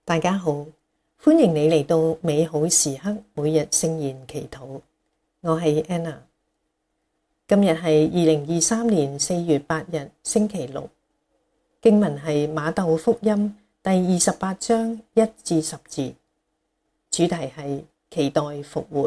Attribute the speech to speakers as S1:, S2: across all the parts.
S1: 大家好，歡迎你嚟到美好時刻每日聖言祈禱。我係 Anna。今日係2023年4月8日星期六。經文係馬竇福音第28章1至10節，主題係期待復活。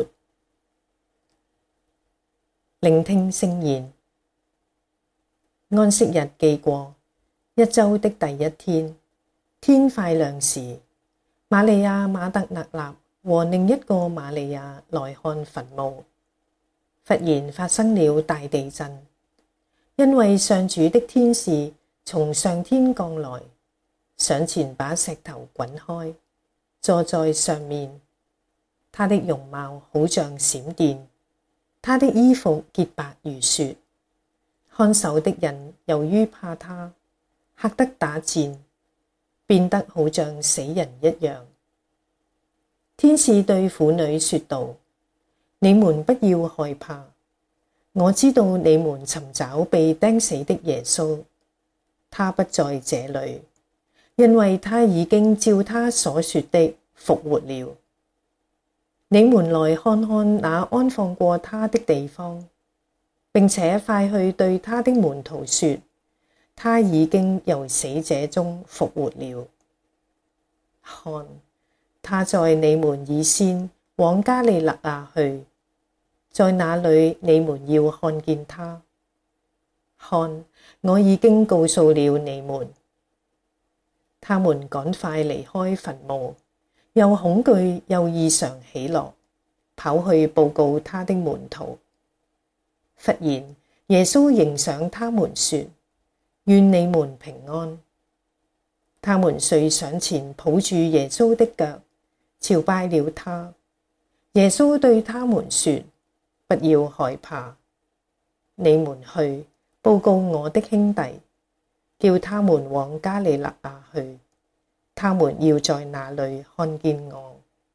S1: 聆聽聖言。安息日記過，一週的第一天，天快亮時，瑪利亞瑪達肋納和另一個瑪利亞來看墳墓。忽然發生了大地震，因為上主的天使從上天降來，上前把石頭滾開，坐在上面。他的容貌好像閃電，他的衣服潔白如雪。看守的人由於怕他，嚇得打顫，變得好像死人一樣。天使對婦女說道：你們不要害怕，我知道你們尋找被釘死的耶穌，他不在這裡，因為他已經照他所說的復活了。你們來看看那安放過他的地方，並且快去對他的門徒說，他已經由死者中復活了。看，他在你們以先往加里肋亞去，在那裡你們要看見他。看，我已經告訴了你們。他們趕快離開墳墓，又恐懼又異常喜樂，跑去報告他的門徒。忽然，耶穌迎上他們說：願你們平安。他們遂上前抱住耶穌的腳，朝拜了他。耶穌對他們說：不要害怕，你們去報告我的兄弟，叫他們往加里肋亞去，他們要在那裡看見我。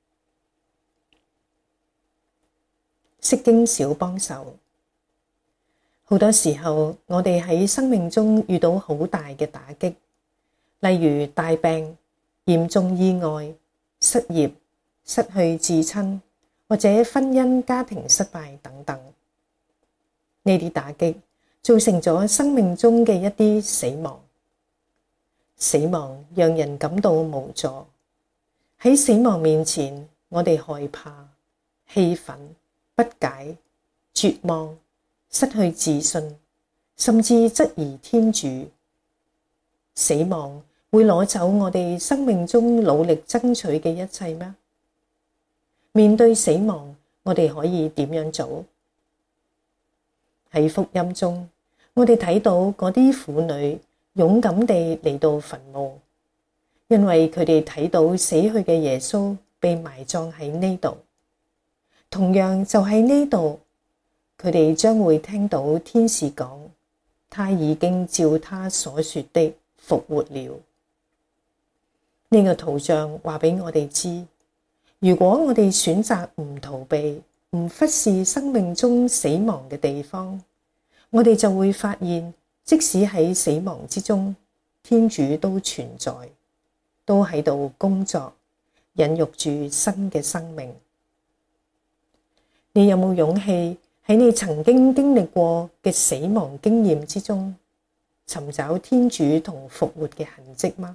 S1: 釋經小幫手。好多時候，我哋喺生命中遇到好大嘅打擊，例如大病、嚴重意外、失業、失去至親，或者婚姻家庭失敗等等。呢啲打擊造成咗生命中嘅一啲死亡。死亡讓人感到無助。喺死亡面前，我哋害怕、氣憤、不解、絕望、失去自信，甚至質疑天主。死亡會攞走我哋生命中努力爭取嘅一切咩？面對死亡，我哋可以點樣做？喺福音中，我哋睇到嗰啲婦女勇敢地嚟到墳墓，因為佢哋睇到死去嘅耶穌被埋葬喺呢度。同樣就喺呢度，佢哋將會聽到天使講，他已經照他所說的復活了。呢個圖像話俾我哋知，如果我哋選擇唔逃避、唔忽視生命中死亡嘅地方，我哋就會發現，即使喺死亡之中，天主都存在，都喺度工作，孕育住新嘅生命。你有冇勇氣喺你曾經經歷過嘅死亡經驗之中，尋找天主同復活嘅痕跡嗎？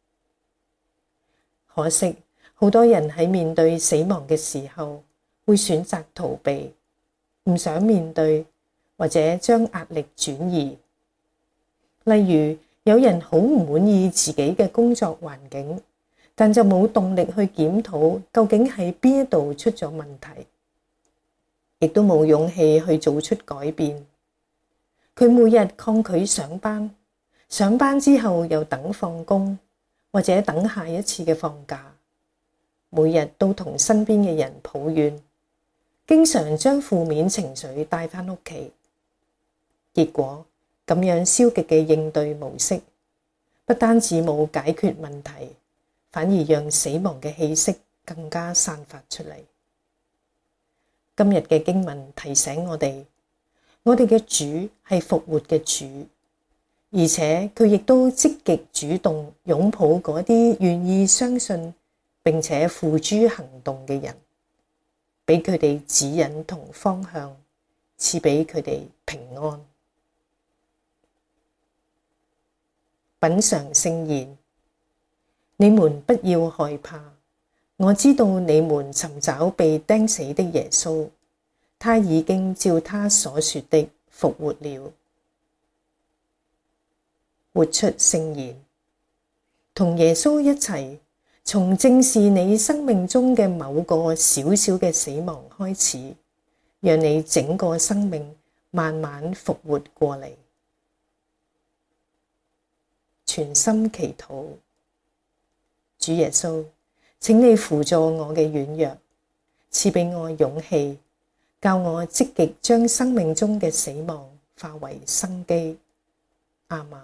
S1: 可惜，好多人喺面對死亡嘅時候，會選擇逃避，唔想面對，或者將壓力轉移。例如，有人好唔滿意自己嘅工作環境，但就冇動力去檢討究竟喺邊一度出咗問題，亦都冇勇氣去做出改變。佢每日抗拒上班，上班之後又等放工，或者等下一次嘅放假，每日都同身邊嘅人抱怨，經常將負面情緒帶返屋企。結果，咁樣消極嘅應對模式，不單止冇解決問題，反而讓死亡嘅氣息更加散發出嚟。今日嘅經文提醒我哋嘅主係復活嘅主， 而且佢亦都積極主動擁抱嗰啲願意相信並且付諸行動嘅人，俾佢哋指引同方向，賜俾佢哋平安。品嚐聖言。你們不要害怕，我知道你們尋找被釘死的耶穌，他已經照他所說的復活了。活出聖言。同耶穌一齊，從正視你生命中嘅某個小小嘅死亡開始，讓你整個生命慢慢復活過嚟。全心祈禱。主耶穌，請你輔助我嘅軟弱，賜俾我勇氣，教我積極將生命中嘅死亡化為生機。阿們。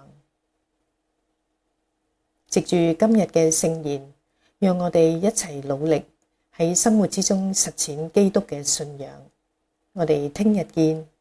S1: 藉住今日嘅聖言，讓我哋一齊努力喺生活之中實踐基督嘅信仰。我哋聽日見。